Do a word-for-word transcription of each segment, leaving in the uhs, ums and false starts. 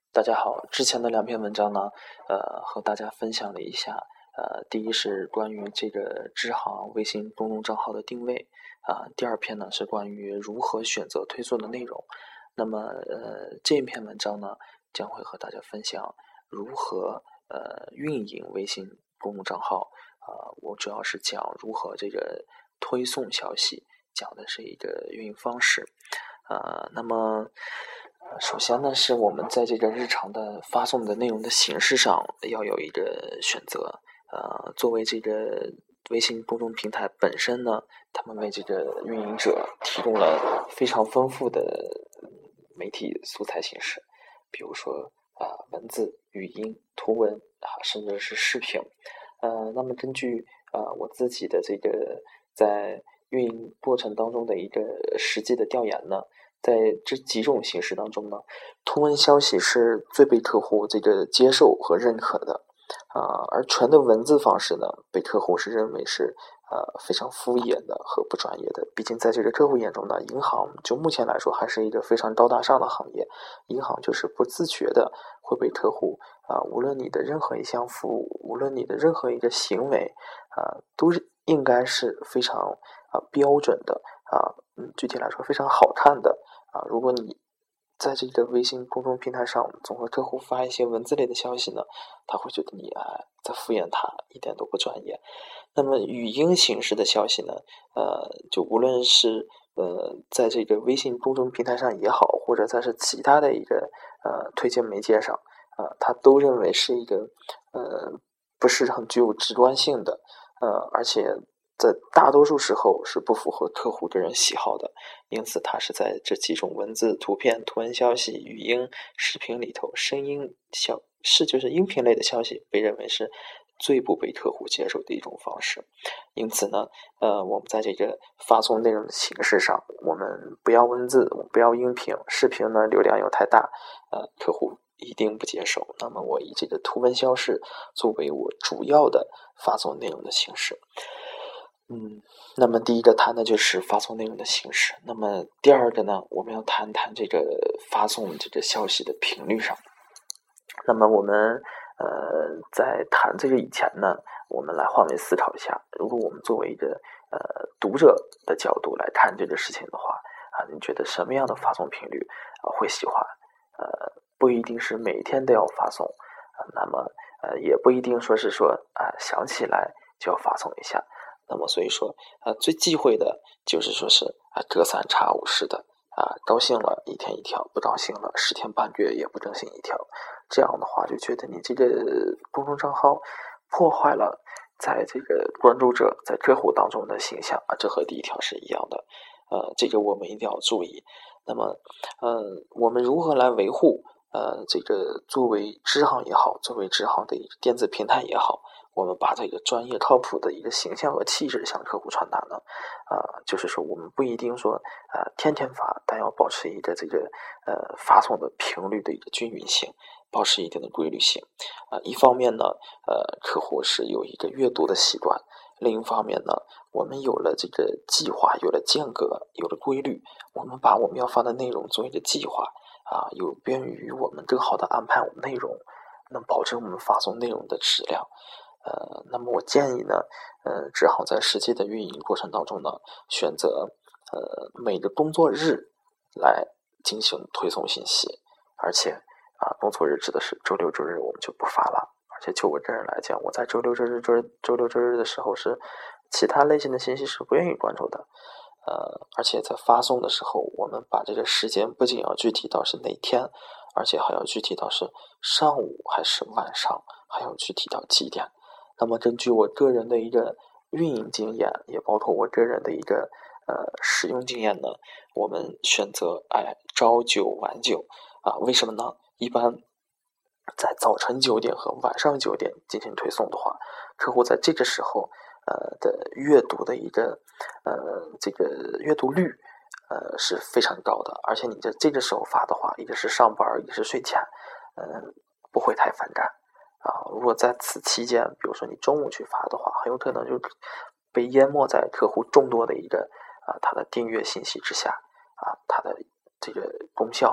大家好，之前的两篇文章呢，呃，和大家分享了一下，呃，第一是关于这个支行微信公众账号的定位，啊、第二篇呢是关于如何选择推送的内容。那么，呃，这一篇文章呢，将会和大家分享如何呃运营微信公众账号，啊、我主要是讲如何这个推送消息，讲的是一个运营方式。呃，那么首先呢，是我们在这个日常的发送的内容的形式上要有一个选择。呃，作为这个微信公众平台本身呢，他们为这个运营者提供了非常丰富的媒体素材形式，比如说啊、呃、文字、语音、图文啊，甚至是视频。呃，那么根据啊、呃、我自己的这个在运营过程当中的一个实际的调研呢，在这几种形式当中呢，图文消息是最被客户这个接受和认可的，啊、呃，而纯的文字方式呢，被客户是认为是呃非常敷衍的和不专业的。毕竟在这个客户眼中呢，银行就目前来说还是一个非常高大上的行业，银行就是不自觉的会被客户啊、呃，无论你的任何一项服务，无论你的任何一个行为，啊、呃，都是应该是非常啊、呃、标准的啊、呃，嗯，具体来说非常好看的。啊，如果你在这个微信公众平台上总和客户发一些文字类的消息呢，他会觉得你啊在敷衍他，一点都不专业。那么语音形式的消息呢，呃，就无论是呃在这个微信公众平台上也好，或者在是其他的一个呃推荐媒介上，呃，他都认为是一个呃不是很具有直观性的，呃，而且在大多数时候是不符合客户个人喜好的。因此它是在这几种文字、图片、图文消息、语音、视频里头，声音消是就是音频类的消息被认为是最不被客户接受的一种方式。因此呢，呃，我们在这个发送内容的形式上，我们不要文字，我们不要音频，视频呢流量又太大，呃，客户一定不接受。那么我以这个图文消息作为我主要的发送内容的形式。嗯，那么第一个谈的就是发送内容的形式。那么第二个呢，我们要谈谈这个发送这个消息的频率上。那么我们呃在谈这个以前呢，我们来换位思考一下，如果我们作为一个呃读者的角度来看这个事情的话，啊，你觉得什么样的发送频率啊会喜欢？呃，不一定是每天都要发送，啊，那么呃也不一定说是说啊想起来就要发送一下。那么所以说，呃，最忌讳的就是说是啊隔三差五似的啊，高兴了一天一条，不高兴了十天半个月也不更新一条，这样的话就觉得你这个公众账号破坏了在这个关注者在客户当中的形象啊，这和第一条是一样的，呃，这个我们一定要注意。那么，呃，我们如何来维护呃这个作为支行也好，作为支行的一个电子平台也好？我们把这个专业靠谱的一个形象和气质向客户传达呢，呃，就是说我们不一定说呃天天发，但要保持一个这个呃发送的频率的一个均匀性，保持一定的规律性。啊、呃，一方面呢，呃，客户是有一个阅读的习惯；另一方面呢，我们有了这个计划，有了间隔，有了规律，我们把我们要发的内容做一个计划啊、呃，有便于我们更好的安排我们内容，能保证我们发送内容的质量。呃，那么我建议呢，呃，只好在实际的运营过程当中呢，选择呃每个工作日来进行推送信息，而且啊，工作日指的是周六周日我们就不发了。而且就我个人来讲，我在周六周日周周六周日的时候是其他类型的信息是不愿意关注的。呃，而且在发送的时候，我们把这个时间不仅要具体到是哪天，而且还要具体到是上午还是晚上，还要具体到几点。那么根据我个人的一个运营经验，也包括我个人的一个呃使用经验呢，我们选择哎朝九晚九啊，为什么呢？一般在早晨九点和晚上九点进行推送的话，客户在这个时候呃的阅读的一个呃这个阅读率呃是非常高的，而且你在这个时候发的话，一个是上班，一个是睡前，嗯、呃，不会太反感。啊，如果在此期间，比如说你中午去发的话，很有可能就被淹没在客户众多的一个啊他的订阅信息之下啊，它的这个功效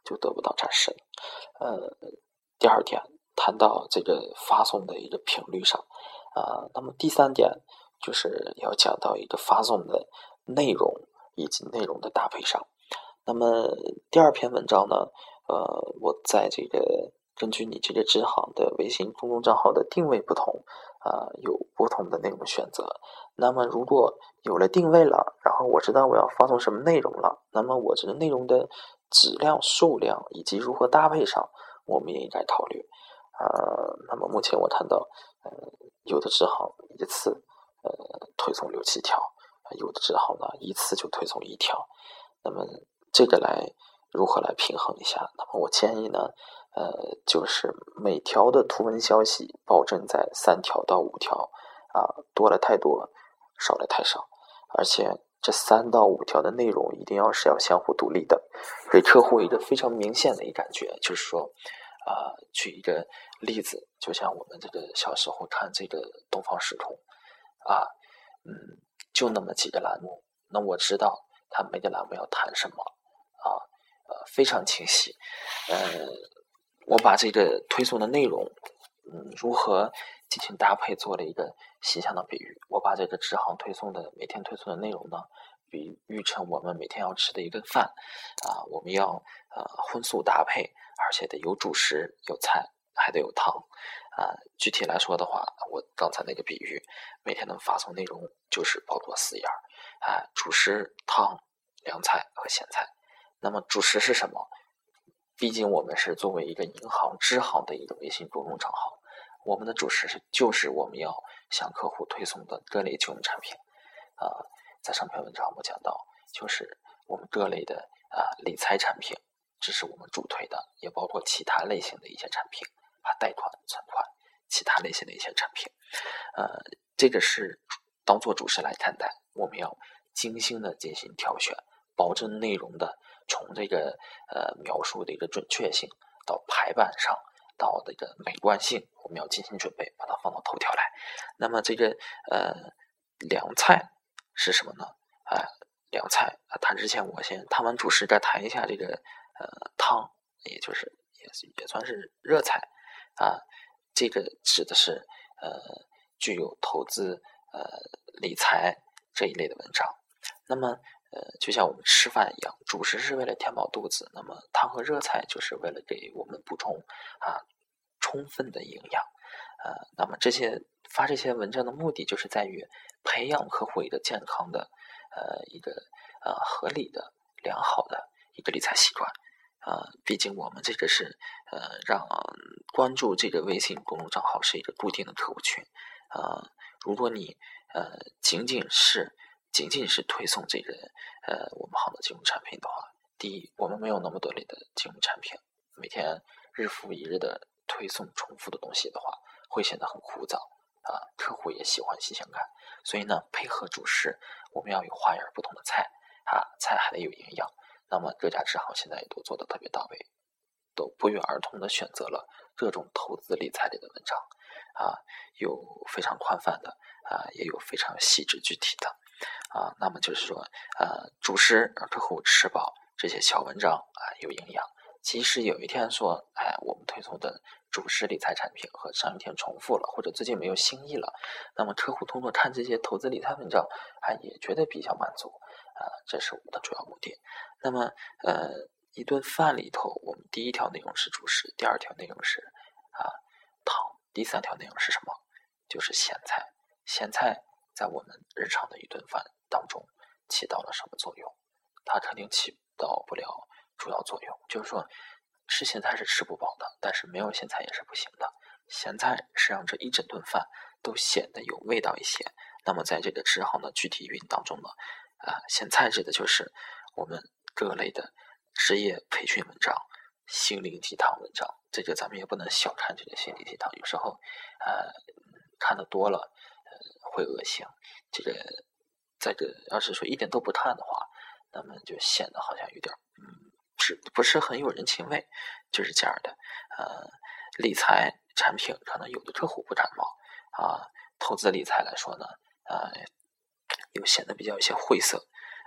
就得不到展示了。呃，第二点谈到这个发送的一个频率上，啊、呃，那么第三点就是要讲到一个发送的内容以及内容的搭配上。那么第二篇文章呢，呃，我在这个根据你这个支行的微信公众账号的定位不同，啊、呃，有不同的内容选择。那么如果有了定位了，然后我知道我要发送什么内容了，那么我这个内容的质量、数量以及如何搭配上，我们也应该考虑。呃，那么目前我看到，呃，有的支行一次呃推送六七条，有的支行呢一次就推送一条。那么这个来如何来平衡一下？那么我建议呢，呃，就是每条的图文消息保证在三条到五条，啊，多了太多，少了太少，而且这三到五条的内容一定要是要相互独立的，给客户一个非常明显的一感觉，就是说，啊、呃，举一个例子，就像我们这个小时候看这个东方时空，啊，嗯，就那么几个栏目，那我知道他每个栏目要谈什么，啊，呃，非常清晰，呃，我把这个推送的内容，嗯，如何进行搭配，做了一个形象的比喻。我把这个支行推送的每天推送的内容呢，比喻成我们每天要吃的一顿饭，啊，我们要呃荤素搭配，而且得有主食、有菜，还得有汤。啊，具体来说的话，我刚才那个比喻，每天的发送内容就是包括四样，啊，主食、汤、凉菜和咸菜。那么主食是什么？毕竟我们是作为一个银行支行的一个微信公众账号，我们的主食是就是我们要向客户推送的各类金融产品。啊、呃，在上篇文章我讲到，就是我们各类的啊、呃、理财产品，这是我们主推的，也包括其他类型的一些产品，啊，贷款、存款，其他类型的一些产品。呃，这个是当做主食来看待，我们要精心的进行挑选，保证内容的从这个呃描述的一个准确性到排版上到这个美观性，我们要进行准备，把它放到头条来。那么这个呃凉菜是什么呢？啊、呃，凉菜啊，谈之前我先谈完主食，再谈一下这个呃汤，也就是也也算是热菜啊。这个指的是呃具有投资呃理财这一类的文章。那么呃就像我们吃饭一样，主食是为了填饱肚子，那么汤和热菜就是为了给我们补充啊充分的营养。呃，那么这些发这些文章的目的就是在于培养客户一个健康的呃一个呃合理的良好的一个理财习惯。呃，毕竟我们这个是呃让关注这个微信公众账号是一个固定的客户群。呃，如果你呃仅仅是仅仅是推送这个呃我们行的金融产品的话，第一，我们没有那么多类的金融产品，每天日复一日的推送重复的东西的话，会显得很枯燥啊，客户也喜欢新鲜感。所以呢，配合主食，我们要有花样不同的菜啊，菜还得有营养。那么各家支行现在也都做得特别到位，都不约而同的选择了各种投资理财类的文章啊，有非常宽泛的啊，也有非常细致具体的啊。那么就是说，呃，主食让客户吃饱，这些小文章啊有营养。即使有一天说，哎，我们推送的主食理财产品和上一天重复了，或者最近没有新意了，那么客户通过看这些投资理财文章，啊，也觉得比较满足啊，这是我们的主要目的。那么，呃，一顿饭里头，我们第一条内容是主食，第二条内容是啊汤，第三条内容是什么？就是咸菜。咸菜在我们日常的一顿饭当中起到了什么作用？它肯定起到不了主要作用，就是说吃咸菜是吃不饱的，但是没有咸菜也是不行的。咸菜是让这一整顿饭都显得有味道一些。那么在这个支行的具体运营当中呢，啊，咸菜指的就是我们各类的职业培训文章、心灵鸡汤文章。这个咱们也不能小看这个心灵鸡汤，有时候呃看得多了呃会恶心。这个这个要是说一点都不看的话，那么就显得好像有点嗯是不是很有人情味，就是这样的。呃，理财产品可能有的客户不感冒啊，投资理财来说呢，呃，又显得比较有些晦涩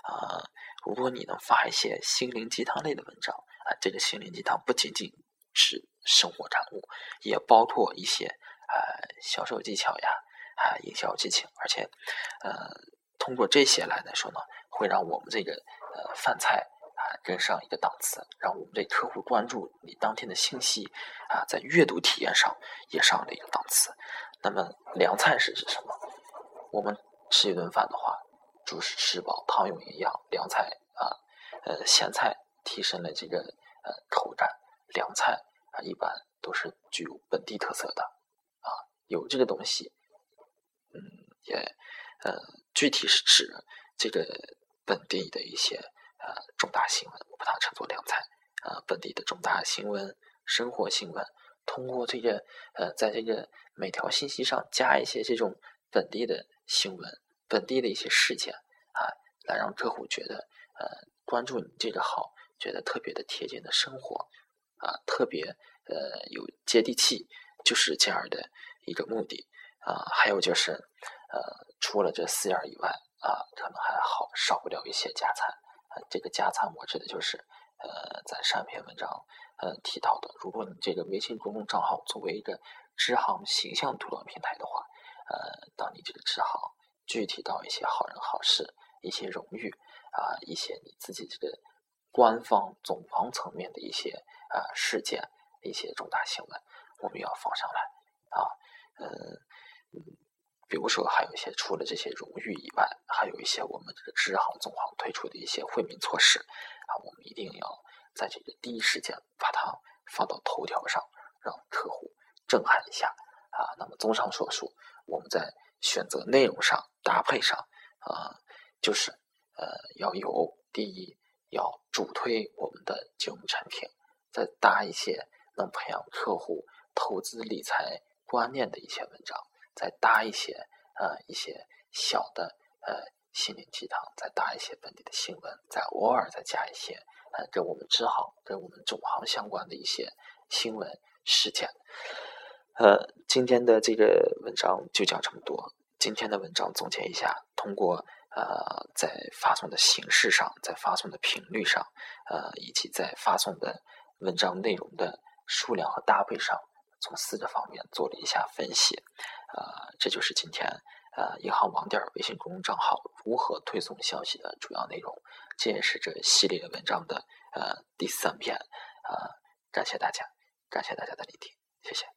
啊、呃，如果你能发一些心灵鸡汤类的文章啊，这个心灵鸡汤不仅仅是生活产物，也包括一些啊、呃、销售技巧呀啊营销技巧，而且呃通过这些来来说呢，会让我们这个呃饭菜啊更上一个档次，让我们这客户关注你当天的信息啊，在阅读体验上也上了一个档次。那么凉菜是指什么？我们吃一顿饭的话，主食吃饱，汤有营养，凉菜啊，呃，咸菜提升了这个呃口感，凉菜啊一般都是具有本地特色的啊，有这个东西，嗯，也呃具体是指这个本地的一些呃重大新闻，我把它称作凉菜啊，本地的重大新闻、生活新闻，通过这个呃在这个每条信息上加一些这种本地的新闻、本地的一些事件啊，来让客户觉得呃关注你这个号，觉得特别的贴近的生活啊，特别呃有接地气，就是这样的一个目的啊。还有就是呃除了这四样以外啊，可能还好少不了一些加餐啊。这个加餐我指的就是呃在上篇文章呃提到的，如果你这个微信公众账号作为一个支行形象推广平台的话，呃，当你这个支行具体到一些好人好事、一些荣誉啊、一些你自己这个官方总方层面的一些啊、事件、一些重大新闻，我们要放上来啊，嗯嗯，比如说还有一些除了这些荣誉以外，还有一些我们这个支行总行推出的一些惠民措施啊，我们一定要在这个第一时间把它放到头条上，让客户震撼一下啊。那么综上所述，我们在选择内容上、搭配上啊，就是呃要有第一要主推我们的节目产品，再搭一些能培养客户投资理财观念的一些文章，再搭一些呃一些小的呃心灵鸡汤，再搭一些本地的新闻，再偶尔再加一些呃跟我们支行、跟我们总行相关的一些新闻事件。呃，今天的这个文章就讲这么多。今天的文章总结一下，通过呃在发送的形式上，在发送的频率上，呃以及在发送的文章内容的数量和搭配上，从四个方面做了一下分析。呃，这就是今天呃银行网点微信公众账号如何推送消息的主要内容。这也是这系列文章的呃第三篇。呃，感谢大家，感谢大家的聆听，谢谢。